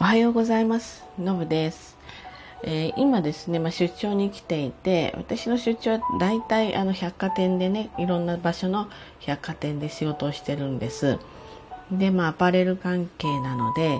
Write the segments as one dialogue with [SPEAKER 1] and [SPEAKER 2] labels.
[SPEAKER 1] おはようございます。のぶです。今ですね、出張に来ていて、私の出張はだいたい百貨店でね、いろんな場所の百貨店で仕事をしてるんです。で、アパレル関係なので、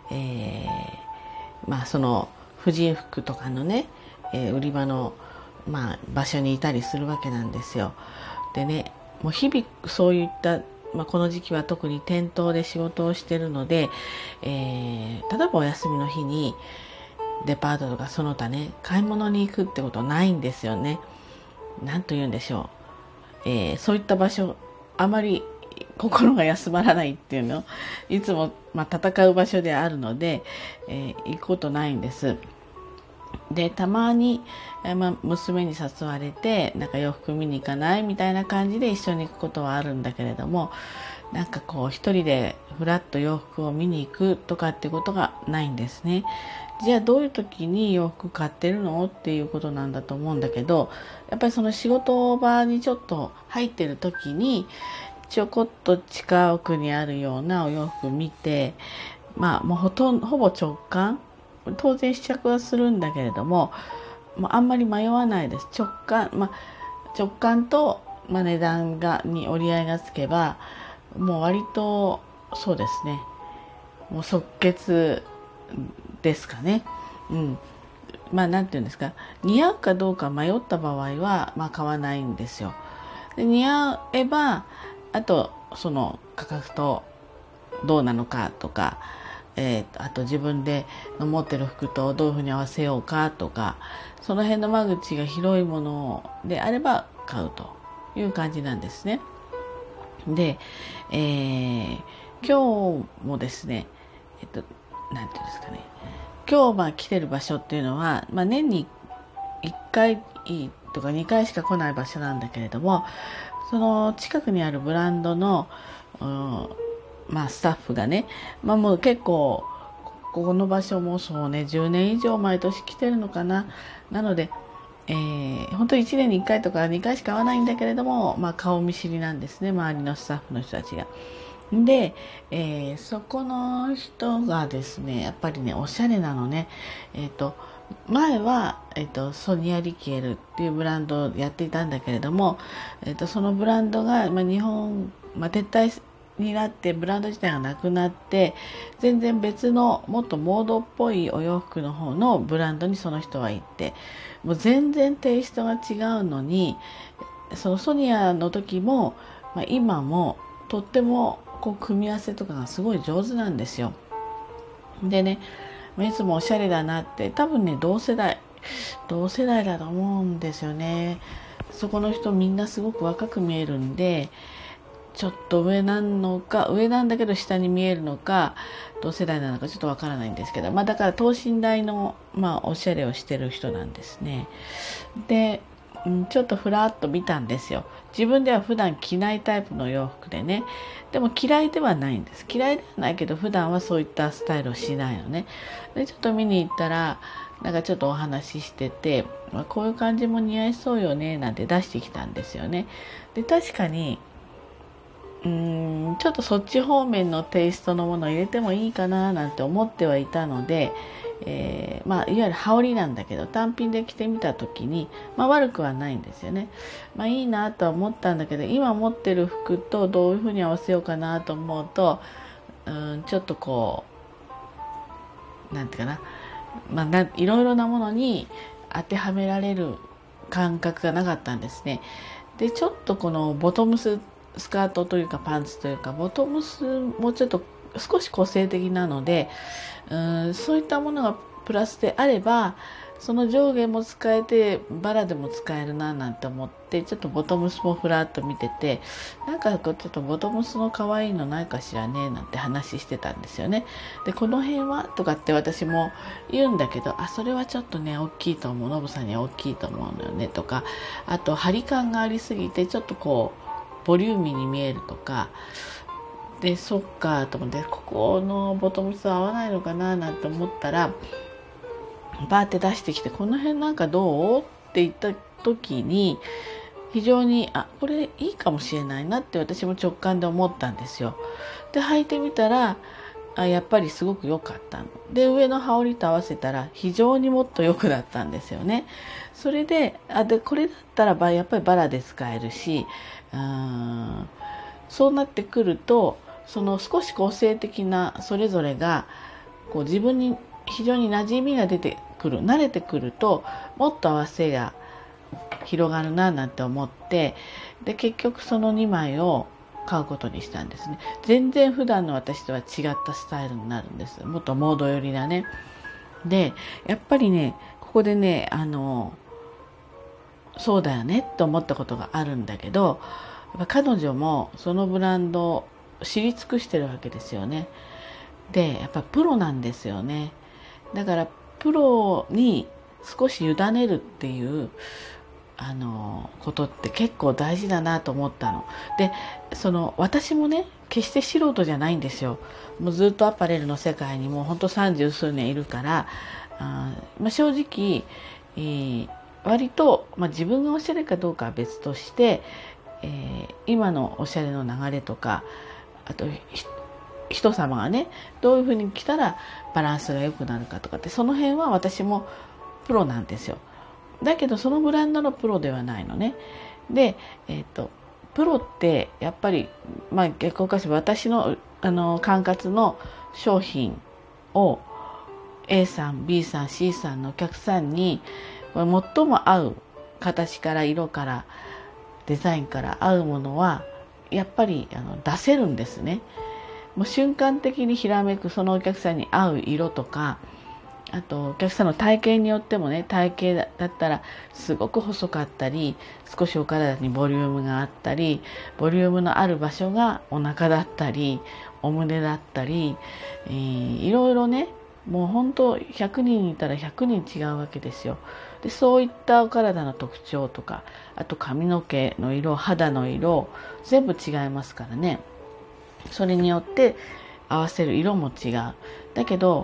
[SPEAKER 1] その婦人服とかのね、売り場の、場所にいたりするわけなんですよ。でね、もう日々そういったこの時期は特に店頭で仕事をしているので、例えばお休みの日にデパートとかその他ね、買い物に行くってことはないんですよね。なんと言うんでしょう。そういった場所、あまり心が休まらないっていうの、いつも、戦う場所であるので、行くことないんです。で、たまに、娘に誘われて洋服見に行かないみたいな感じで一緒に行くことはあるんだけれども、一人でふらっと洋服を見に行くとかってことがないんですね。じゃあどういう時に洋服買ってるのっていうことなんだと思うんだけど、やっぱりその仕事場にちょっと入ってる時にちょこっと近くにあるようなお洋服見て、もうほぼ直感、当然試着はするんだけれども、あんまり迷わないです。直感と、値段に折り合いがつけば、もう割とそうですね、もう即決ですかね。なんていうんですか、似合うかどうか迷った場合は、買わないんですよ。で、似合えば、あとその価格とどうなのかとか、あと自分で持ってる服とどういうふうに合わせようかとか、その辺の間口が広いものであれば買うという感じなんですね。で、今日もですね、なんていうんですかね、今日来てる場所っていうのは、年に1回とか2回しか来ない場所なんだけれども、その近くにあるブランドの、スタッフがね、もう結構ここの場所もそうね、10年以上毎年来てるのかな。なので、本当1年に1回とか2回しか会わないんだけれども、顔見知りなんですね、周りのスタッフの人たちが。で、そこの人がですね、やっぱりね、おしゃれなのね。前は、ソニア・リキエルっていうブランドをやっていたんだけれども、そのブランドが、日本、撤退になってブランド自体がなくなって、全然別のもっとモードっぽいお洋服の方のブランドにその人は行って、もう全然テイストが違うのに、そのソニアの時も、今もとっても組み合わせとかがすごい上手なんですよ。でね、いつもおしゃれだなって、多分ね、同世代だと思うんですよね。そこの人みんなすごく若く見えるんで、ちょっと上なんだけど下に見えるのか、同世代なのかちょっとわからないんですけど、だから等身大の、おしゃれをしてる人なんですね。で、ちょっとふらっと見たんですよ。自分では普段着ないタイプの洋服でね。でも嫌いではないんです。嫌いではないけど、普段はそういったスタイルをしないのね。で、ちょっと見に行ったら、ちょっとお話ししてて、こういう感じも似合いそうよね、なんて出してきたんですよね。で、確かに、ちょっとそっち方面のテイストのものを入れてもいいかななんて思ってはいたので、いわゆる羽織なんだけど単品で着てみた時に、悪くはないんですよね。いいなとは思ったんだけど、今持ってる服とどういうふうに合わせようかなと思うと、ちょっとこうなんていうかな、いろいろなものに当てはめられる感覚がなかったんですね。で、ちょっとこのボトムスカートというかパンツというか、ボトムスもちょっと少し個性的なので、そういったものがプラスであれば、その上下も使えてバラでも使えるななんて思って、ちょっとボトムスもふらっと見てて、ちょっとボトムスの可愛いのないかしらねなんて話してたんですよね。で、この辺はとかって私も言うんだけど、それはちょっとね大きいと思う、ノブさんには大きいと思うのよねとか、あと張り感がありすぎてちょっとこうボリューミーに見えるとかで、そっかと思って、ここのボトムスは合わないのかななんて思ったら、バーって出してきて、この辺どうって言った時に、非常にこれいいかもしれないなって私も直感で思ったんですよ。で、履いてみたらやっぱりすごく良かったので、上の羽織と合わせたら非常にもっと良くなったんですよね。それでこれだったらやっぱりバラで使えるし、そうなってくるとその少し個性的なそれぞれがこう自分に非常に馴染みが出てくる、慣れてくるともっと合わせが広がるななんて思って、で結局その2枚を買うことにしたんですね。全然普段の私とは違ったスタイルになるんです。もっとモード寄りなね。でやっぱりねここでねそうだよねと思ったことがあるんだけど、やっぱ彼女もそのブランドを知り尽くしてるわけですよね。でやっぱプロなんですよね。だからプロに少し委ねるっていうことって結構大事だなと思ったの。で私もね決して素人じゃないんですよ。もうずっとアパレルの世界にもうほんと30数年いるから、正直、割と、自分がおしゃれかどうかは別として、今のおしゃれの流れとか、あと人様がねどういうふうに着たらバランスが良くなるかとかって、その辺は私もプロなんですよ。だけどそのブランドのプロではないのね。で、プロってやっぱり、逆おかしい私の管轄の商品を A さん B さん C さんのお客さんにこれ最も合う形から色からデザインから合うものはやっぱり出せるんですね。もう瞬間的にひらめくそのお客さんに合う色とか、あとお客さんの体型によってもね、体型だったらすごく細かったり少しお体にボリュームがあったり、ボリュームのある場所がお腹だったりお胸だったり、いろいろね、もう本当100人いたら100人違うわけですよ。でそういったお体の特徴とか、あと髪の毛の色、肌の色全部違いますからね。それによって合わせる色も違う。だけど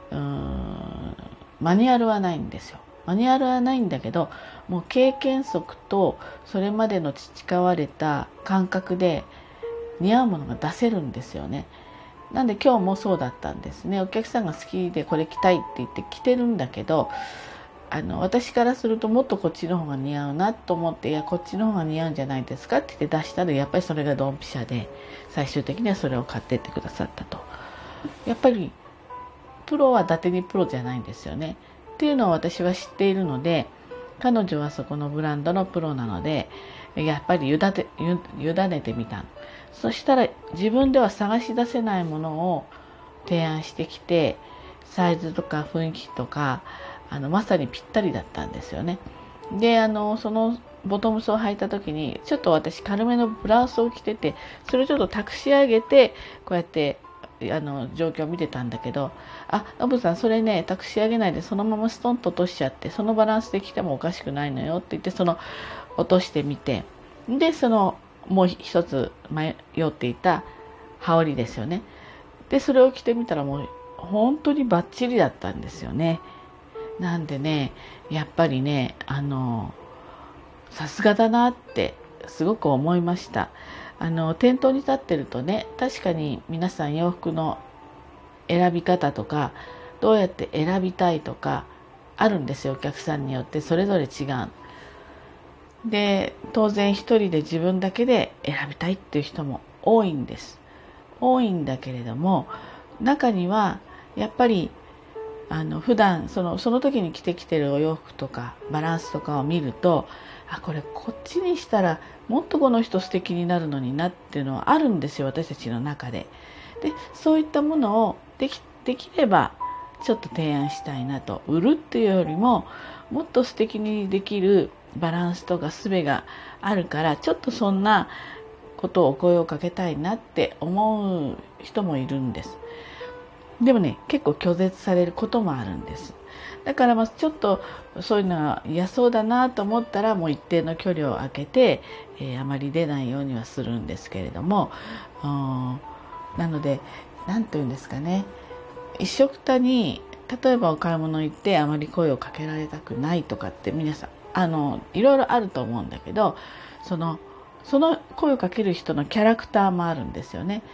[SPEAKER 1] マニュアルはないんですよ。マニュアルはないんだけど、もう経験則とそれまでの培われた感覚で似合うものが出せるんですよね。なんで今日もそうだったんですね。お客さんが好きでこれ着たいって言って着てるんだけど、私からするともっとこっちの方が似合うなと思って、いやこっちの方が似合うんじゃないですかって言って出したら、やっぱりそれがドンピシャで最終的にはそれを買ってってくださったと。やっぱりプロは伊達にプロじゃないんですよねっていうのを私は知っているので、彼女はそこのブランドのプロなのでやっぱり委ねてみた。そしたら自分では探し出せないものを提案してきて、サイズとか雰囲気とかまさにぴったりだったんですよね。でそのボトムスを履いた時にちょっと私軽めのブラウスを着てて、それをちょっと託し上げてこうやって状況を見てたんだけど、ノブさんそれね託し上げないでそのままストンと落としちゃって、そのバランスで着てもおかしくないのよって言って、落としてみて、でもう一つ迷っていた羽織ですよね。でそれを着てみたらもう本当にバッチリだったんですよね。なんでねやっぱりねさすがだなってすごく思いました。店頭に立ってるとね、確かに皆さん洋服の選び方とかどうやって選びたいとかあるんですよ。お客さんによってそれぞれ違う。で当然一人で自分だけで選びたいっていう人も多いんです。多いんだけれども、中にはやっぱり普段その時に着てきてるお洋服とかバランスとかを見ると、これこっちにしたらもっとこの人素敵になるのになっていうのはあるんですよ、私たちの中で。でそういったものをできればちょっと提案したいなと。売るっていうよりももっと素敵にできるバランスとか術があるから、ちょっとそんなことをお声をかけたいなって思う人もいるんです。でもね結構拒絶されることもあるんです。だからちょっとそういうのは嫌そうだなと思ったらもう一定の距離を空けて、あまり出ないようにはするんですけれども、なので何て言うんですかね、一緒くたに例えばお買い物行ってあまり声をかけられたくないとかって皆さんいろいろあると思うんだけど、その声をかける人のキャラクターもあるんですよね。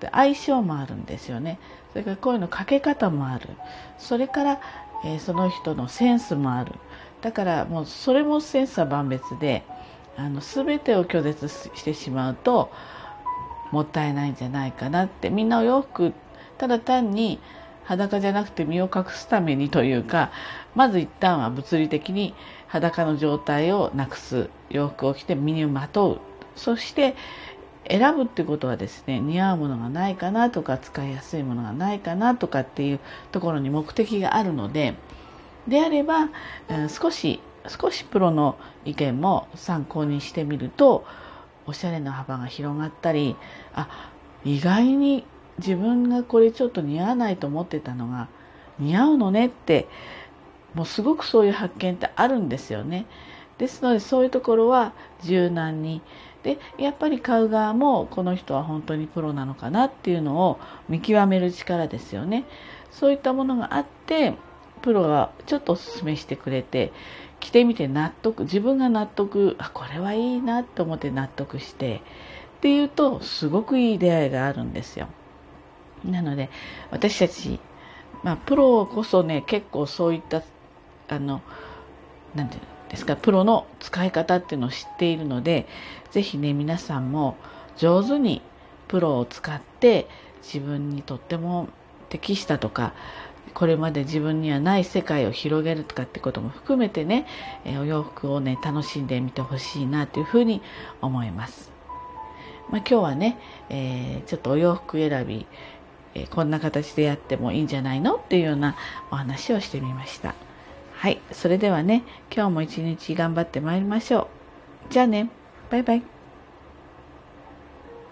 [SPEAKER 1] って相性もあるんですよね。それから声のかけ方もある。それから、その人のセンスもある。だからもうそれもセンスは万別で、全てを拒絶してしまうともったいないんじゃないかなって。みんなお洋服ただ単に裸じゃなくて身を隠すためにというか、まず一旦は物理的に裸の状態をなくす洋服を着て身にまとう。そして選ぶってことはですね、似合うものがないかなとか使いやすいものがないかなとかっていうところに目的があるので、であれば、少しプロの意見も参考にしてみると、おしゃれの幅が広がったり、意外に自分がこれちょっと似合わないと思ってたのが似合うのねって、もうすごくそういう発見ってあるんですよね。ですのでそういうところは柔軟に、でやっぱり買う側もこの人は本当にプロなのかなっていうのを見極める力ですよね。そういったものがあって、プロがちょっとおすすめしてくれて着てみて納得、自分が納得、これはいいなと思って納得してっていうと、すごくいい出会いがあるんですよ。なので私たち、プロこそね、結構そういったなんていうんですか、プロの使い方っていうのを知っているので、ぜひね、皆さんも上手にプロを使って自分にとっても適したとか、これまで自分にはない世界を広げるとかってことも含めてね、お洋服をね、楽しんでみてほしいなというふうに思います。今日はね、ちょっとお洋服選び、こんな形でやってもいいんじゃないのっていうようなお話をしてみました。はい、それではね、今日も一日頑張ってまいりましょう。じゃあね、バイバイ。